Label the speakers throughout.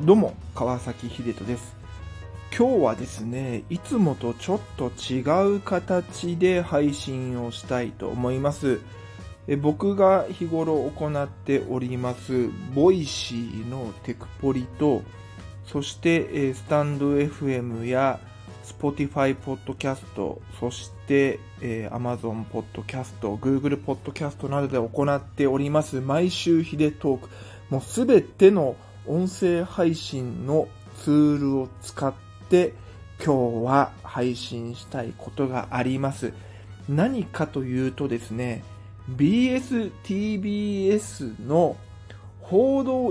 Speaker 1: どうも、川崎秀人です。今日はですね、いつもとちょっと違う形で配信をしたいと思います。僕が日頃行っております、ボイシーのテクポリと、そしてスタンド FM や Spotify ポッドキャスト、そしてAmazon ポッドキャスト、Google ポッドキャストなどで行っております毎週ヒデトーク、もうすべての音声配信のツールを使って今日は配信したいことがあります。何かというとですね、BSTBS の報道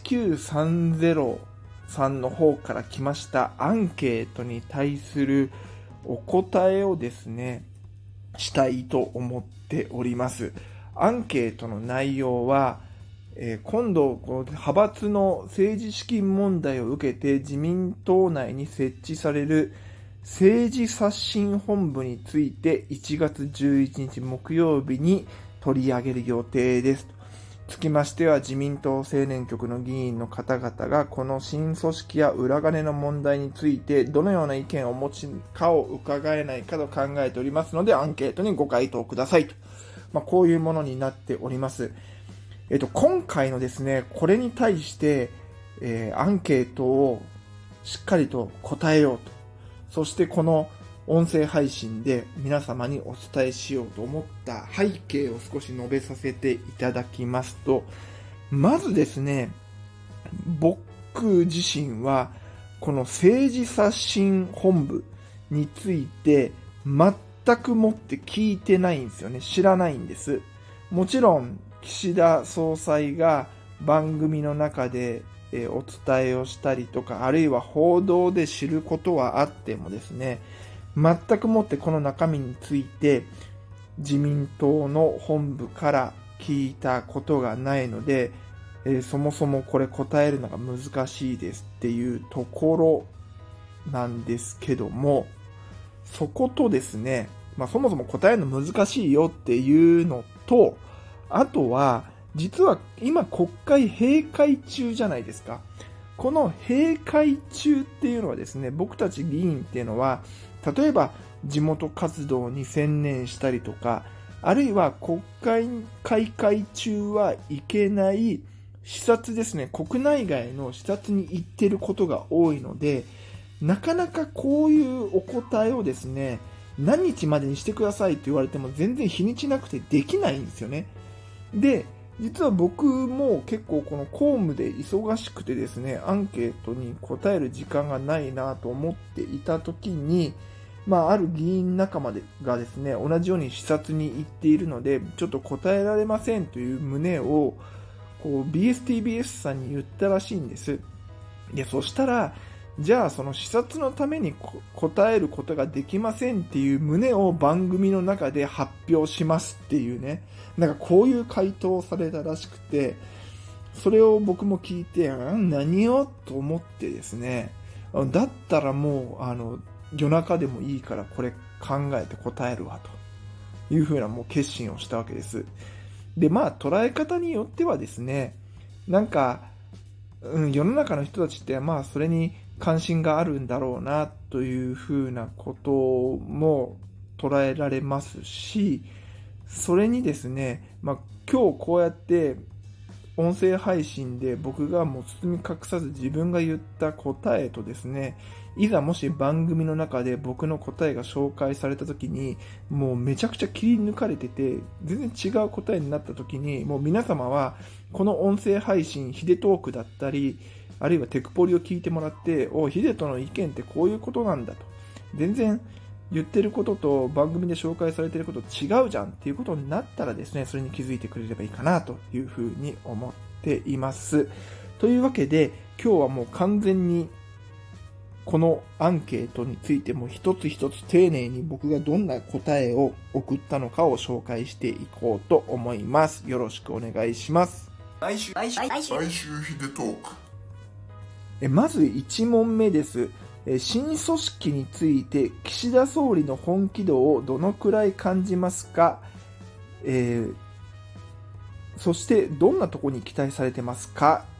Speaker 1: 1930さんの方から来ましたアンケートに対するお答えをですね、したいと思っております。アンケートの内容は、今度この派閥の政治資金問題を受けて自民党内に設置される政治刷新本部について1月11日木曜日に取り上げる予定です。つきましては自民党青年局の議員の方々がこの新組織や裏金の問題についてどのような意見をお持ちかを伺えないかと考えておりますので、アンケートにご回答くださいと。こういうものになっております。今回のですね、これに対して、アンケートをしっかりと答えようと。そしてこの音声配信で皆様にお伝えしようと思った背景を少し述べさせていただきますと、まずですね、僕自身はこの政治刷新本部について全くもって聞いてないんですよね。知らないんです。もちろん岸田総裁が番組の中でお伝えをしたりとか、あるいは報道で知ることはあってもですね、全くもってこの中身について自民党の本部から聞いたことがないので、そもそもこれ答えるのが難しいですっていうところなんですけども、そことですね、そもそも答えるの難しいよっていうのと、あとは実は今国会閉会中じゃないですか。この閉会中っていうのはですね、僕たち議員っていうのは例えば地元活動に専念したりとか、あるいは国会開会中は行けない視察ですね、国内外の視察に行っていることが多いので、なかなかこういうお答えをですね、何日までにしてくださいと言われても全然日にちなくてできないんですよね。で、実は僕も結構この公務で忙しくてですね、アンケートに答える時間がないなと思っていた時に、ある議員仲間がですね、同じように視察に行っているので、ちょっと答えられませんという旨を、BSTBS さんに言ったらしいんです。で、そしたら、じゃあその視察のために答えることができませんっていう旨を番組の中で発表しますっていうね、こういう回答をされたらしくて、それを僕も聞いて、何をと思ってですね、だったらもう夜中でもいいからこれ考えて答えるわというふうなもう決心をしたわけです。で、捉え方によってはですね、世の中の人たちってそれに関心があるんだろうなというふうなことも捉えられますし、それにですね、今日こうやって音声配信で僕がもう包み隠さず自分が言った答えとですね、いざもし番組の中で僕の答えが紹介された時に、もうめちゃくちゃ切り抜かれてて、全然違う答えになった時に、もう皆様はこの音声配信、ヒデトークだったり、あるいはテクポリを聞いてもらって、ヒデトの意見ってこういうことなんだと。全然言ってることと番組で紹介されていること違うじゃんっていうことになったらですね、それに気づいてくれればいいかなというふうに思っています。というわけで、今日はもう完全にこのアンケートについても一つ一つ丁寧に僕がどんな答えを送ったのかを紹介していこうと思います。よろしくお願いします。
Speaker 2: 毎週ヒデトーク。
Speaker 1: まず1問目です。新組織について岸田総理の本気度をどのくらい感じますか、そしてどんなところに期待されてますか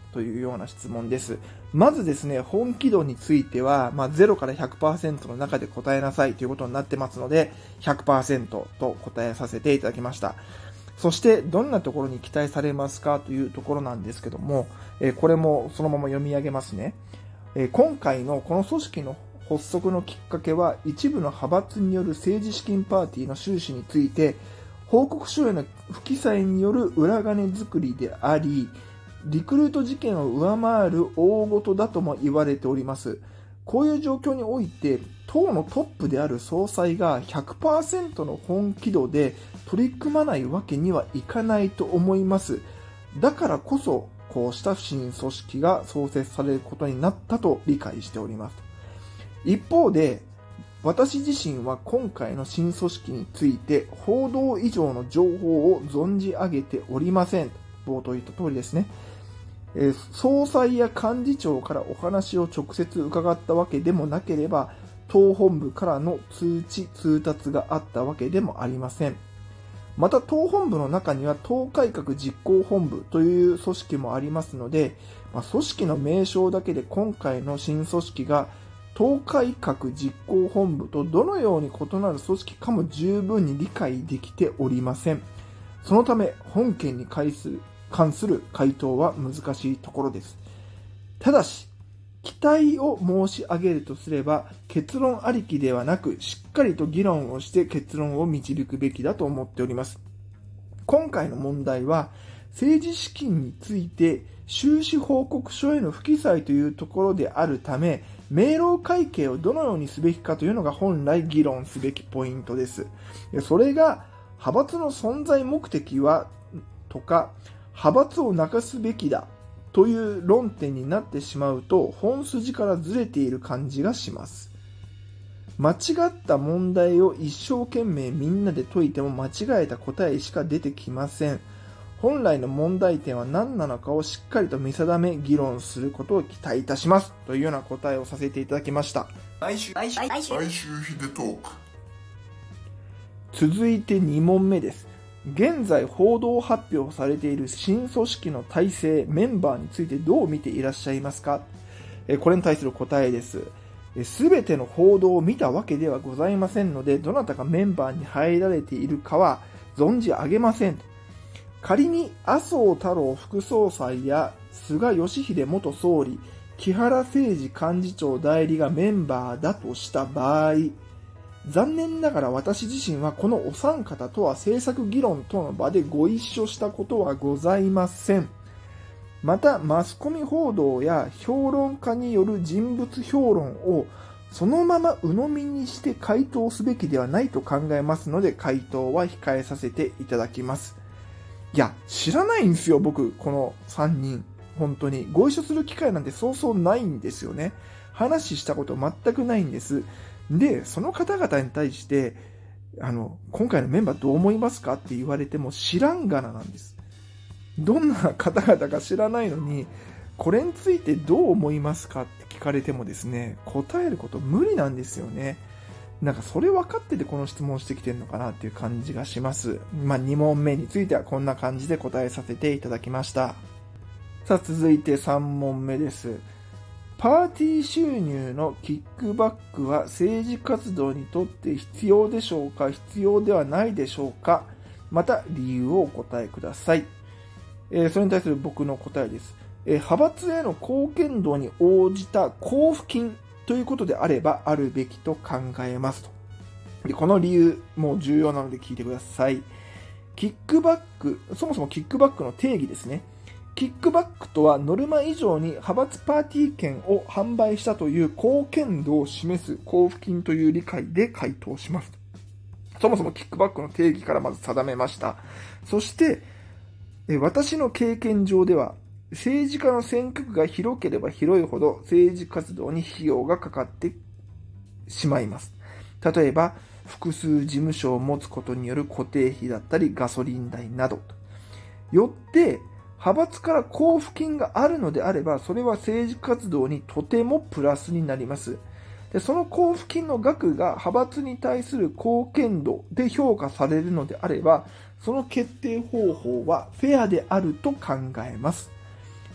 Speaker 1: というような質問です。まずですね、本気度については、0から 100% の中で答えなさいということになってますので、100% と答えさせていただきました。そして、どんなところに期待されますかというところなんですけども、これもそのまま読み上げますね。今回のこの組織の発足のきっかけは、一部の派閥による政治資金パーティーの収支について、報告書への不記載による裏金作りであり、リクルート事件を上回る大事だとも言われております。こういう状況において、党のトップである総裁が 100% の本気度で取り組まないわけにはいかないと思います。だからこそ、こうした新組織が創設されることになったと理解しております。一方で、私自身は今回の新組織について報道以上の情報を存じ上げておりません。冒頭言った通りですね。総裁や幹事長からお話を直接伺ったわけでもなければ、党本部からの通達があったわけでもありません。また党本部の中には党改革実行本部という組織もありますので、組織の名称だけで今回の新組織が党改革実行本部とどのように異なる組織かも十分に理解できておりません。そのため本件に関する回答は難しいところです。ただし、期待を申し上げるとすれば、結論ありきではなく、しっかりと議論をして結論を導くべきだと思っております。今回の問題は、政治資金について収支報告書への不記載というところであるため、明朗会計をどのようにすべきかというのが本来議論すべきポイントです。それが、派閥の存在目的はとか、派閥をなくすべきだという論点になってしまうと、本筋からずれている感じがします。間違った問題を一生懸命みんなで解いても間違えた答えしか出てきません。本来の問題点は何なのかをしっかりと見定め議論することを期待いたしますというような答えをさせていただきました。
Speaker 2: 毎週ヒデトーク。
Speaker 1: 続いて2問目です。現在報道発表されている新組織の体制、メンバーについてどう見ていらっしゃいますか？これに対する答えです。すべての報道を見たわけではございませんので、どなたがメンバーに入られているかは存じ上げません。仮に麻生太郎副総裁や菅義偉元総理、木原誠二幹事長代理がメンバーだとした場合、残念ながら私自身はこのお三方とは政策議論等の場でご一緒したことはございません。また、マスコミ報道や評論家による人物評論をそのまま鵜呑みにして回答すべきではないと考えますので、回答は控えさせていただきます。いや、知らないんですよ、僕、この3人。本当に。ご一緒する機会なんてそうそうないんですよね。話したこと全くないんです。で、その方々に対して、今回のメンバーどう思いますかって言われても知らんがななんです。どんな方々か知らないのに、これについてどう思いますかって聞かれてもですね、答えること無理なんですよね。なんかそれ分かっててこの質問してきてるのかなっていう感じがします。2問目についてはこんな感じで答えさせていただきました。さあ続いて3問目です。パーティー収入のキックバックは政治活動にとって必要でしょうか、必要ではないでしょうか、また理由をお答えください。それに対する僕の答えです。派閥への貢献度に応じた交付金ということであればあるべきと考えますと。でこの理由も重要なので聞いてください。キックバック、そもそもキックバックの定義ですね。キックバックとはノルマ以上に派閥パーティー券を販売したという貢献度を示す交付金という理解で回答します。そもそもキックバックの定義からまず定めました。そして私の経験上では政治家の選挙区が広ければ広いほど政治活動に費用がかかってしまいます。例えば複数事務所を持つことによる固定費だったりガソリン代など。よって派閥から交付金があるのであれば、それは政治活動にとてもプラスになります。でその交付金の額が派閥に対する貢献度で評価されるのであれば、その決定方法はフェアであると考えます。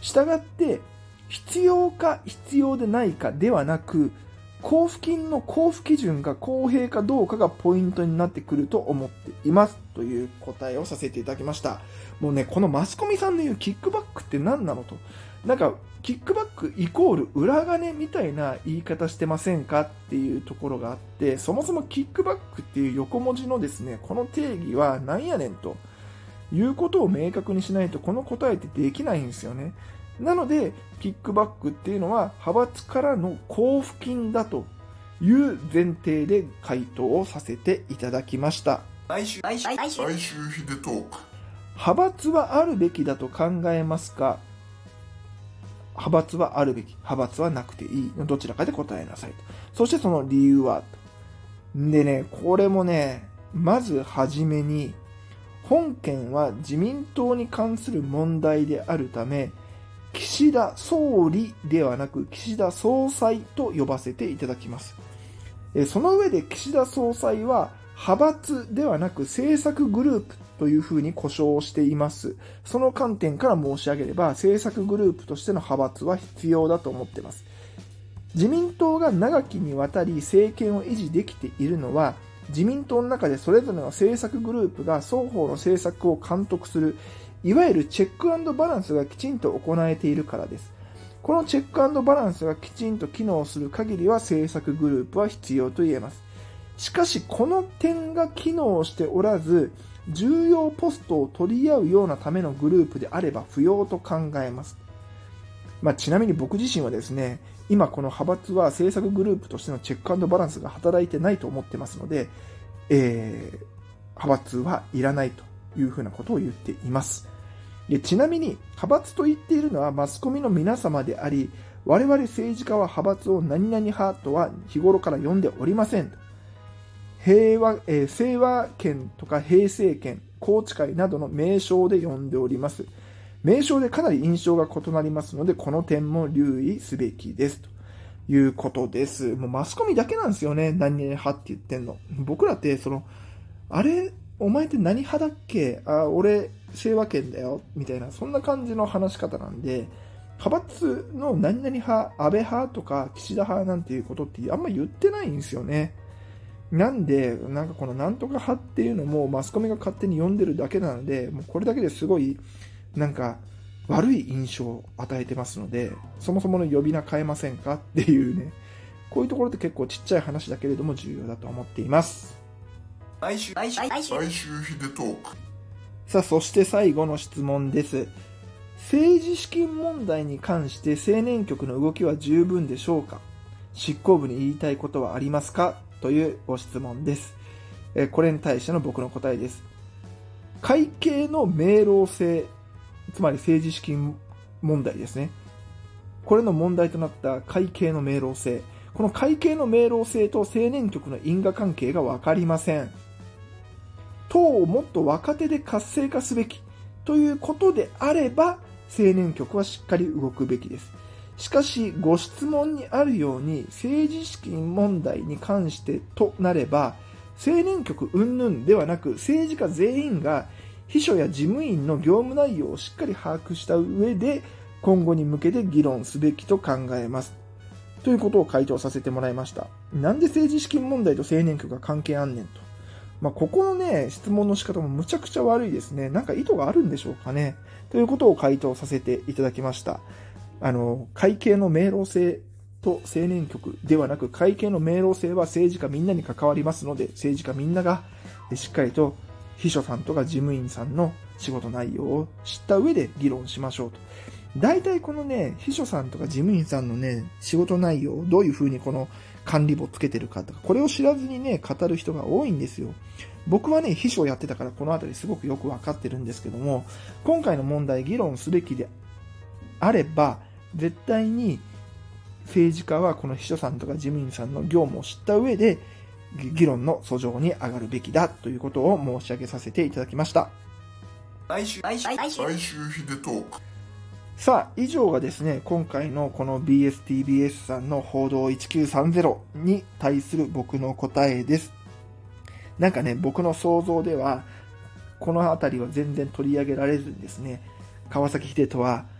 Speaker 1: したがって必要か必要でないかではなく、交付金の交付基準が公平かどうかがポイントになってくると思っていますという答えをさせていただきました。もうね、このマスコミさんの言うキックバックって何なのと、なんかキックバックイコール裏金みたいな言い方してませんかっていうところがあって、そもそもキックバックっていう横文字のですね、この定義は何やねんということを明確にしないとこの答えってできないんですよね。なのでキックバックっていうのは派閥からの交付金だという前提で回答をさせていただきました。
Speaker 2: 来週ヒデトーク。
Speaker 1: 派閥はあるべきだと考えますか？派閥はあるべき、派閥はなくていいのどちらかで答えなさいと。そしてその理由はと。でね、これもね、まずはじめに本件は自民党に関する問題であるため、岸田総理ではなく岸田総裁と呼ばせていただきます。その上で岸田総裁は派閥ではなく政策グループというふうに呼称しています。その観点から申し上げれば、政策グループとしての派閥は必要だと思っています。自民党が長きにわたり政権を維持できているのは、自民党の中でそれぞれの政策グループが双方の政策を監督する、いわゆるチェック&バランスがきちんと行えているからです。このチェック&バランスがきちんと機能する限りは政策グループは必要と言えます。しかしこの点が機能しておらず、重要ポストを取り合うようなためのグループであれば不要と考えます。ちなみに僕自身はですね、今この派閥は政策グループとしてのチェック&バランスが働いてないと思ってますので、派閥はいらないというふうなことを言っています。ちなみに派閥と言っているのはマスコミの皆様であり、我々政治家は派閥を何々派とは日頃から呼んでおりません。清和県とか平成県、宏池会などの名称で呼んでおります。名称でかなり印象が異なりますので、この点も留意すべきですということです。もうマスコミだけなんですよね、何々派って言ってんの。僕らってあれお前って何派だっけ？俺清和県だよみたいな、そんな感じの話し方なんで、派閥の何々派、安倍派とか岸田派なんていうことってあんま言ってないんですよね。なんでなんかこのなんとか派っていうのもマスコミが勝手に呼んでるだけなので、もうこれだけですごいなんか悪い印象を与えてますので、そもそもの呼び名変えませんかっていうね、こういうところって結構ちっちゃい話だけれども重要だと思っています。
Speaker 2: 来週ヒデトーク。
Speaker 1: さあ、そして最後の質問です。政治資金問題に関して青年局の動きは十分でしょうか？執行部に言いたいことはありますか？というご質問です。これに対しての僕の答えです。会計の明朗性、つまり政治資金問題ですね。これの問題となった会計の明朗性。この会計の明朗性と青年局の因果関係が分かりません。党をもっと若手で活性化すべきということであれば、青年局はしっかり動くべきです。しかし、ご質問にあるように政治資金問題に関してとなれば、青年局云々ではなく、政治家全員が秘書や事務員の業務内容をしっかり把握した上で、今後に向けて議論すべきと考えます。ということを回答させてもらいました。なんで政治資金問題と青年局が関係あんねんと。ここのね、質問の仕方もむちゃくちゃ悪いですね。なんか意図があるんでしょうかね。ということを回答させていただきました。会計の明朗性と青年局ではなく、会計の明朗性は政治家みんなに関わりますので、政治家みんながしっかりと秘書さんとか事務員さんの仕事内容を知った上で議論しましょうと。大体このね、秘書さんとか事務員さんのね、仕事内容、どういうふうにこの管理簿つけてるかとか、これを知らずにね、語る人が多いんですよ。僕はね、秘書をやってたからこのあたりすごくよくわかってるんですけども、今回の問題議論すべきであれば、絶対に政治家はこの秘書さんとか事務員さんの業務を知った上で、議論の訴状に上がるべきだということを申し上げさせていただきました。
Speaker 2: 来週ヒデトーク。
Speaker 1: さあ、以上がですね、今回のこの BSTBS さんの報道1930に対する僕の答えです。なんかね、僕の想像では、このあたりは全然取り上げられずにですね、川崎秀人は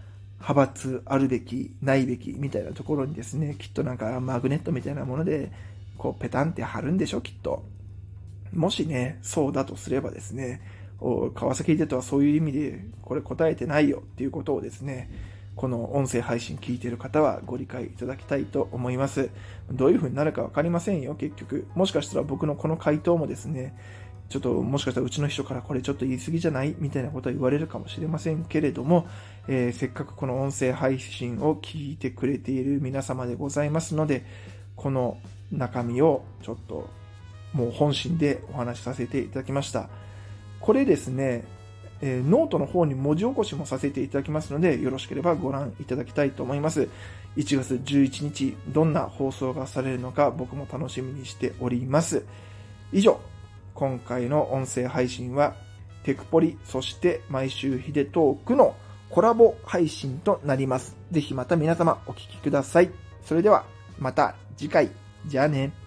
Speaker 1: 派閥あるべき、ないべきみたいなところにですね、きっとなんかマグネットみたいなもので、こうペタンって貼るんでしょ、きっと。もしね、そうだとすればですね、川崎秀人はそういう意味でこれ答えてないよっていうことをですね、この音声配信聞いている方はご理解いただきたいと思います。どういう風になるか分かりませんよ、結局。もしかしたら僕のこの回答もですね、ちょっともしかしたらうちの秘書からこれちょっと言い過ぎじゃないみたいなことは言われるかもしれませんけれども、せっかくこの音声配信を聞いてくれている皆様でございますので、この中身をちょっともう本心でお話しさせていただきました。これですね、ノートの方に文字起こしもさせていただきますので、よろしければご覧いただきたいと思います。1月11日、どんな放送がされるのか僕も楽しみにしております。以上、今回の音声配信はテクポリ、そして毎週ヒデトークのコラボ配信となります。ぜひまた皆様お聞きください。それではまた次回。じゃあね。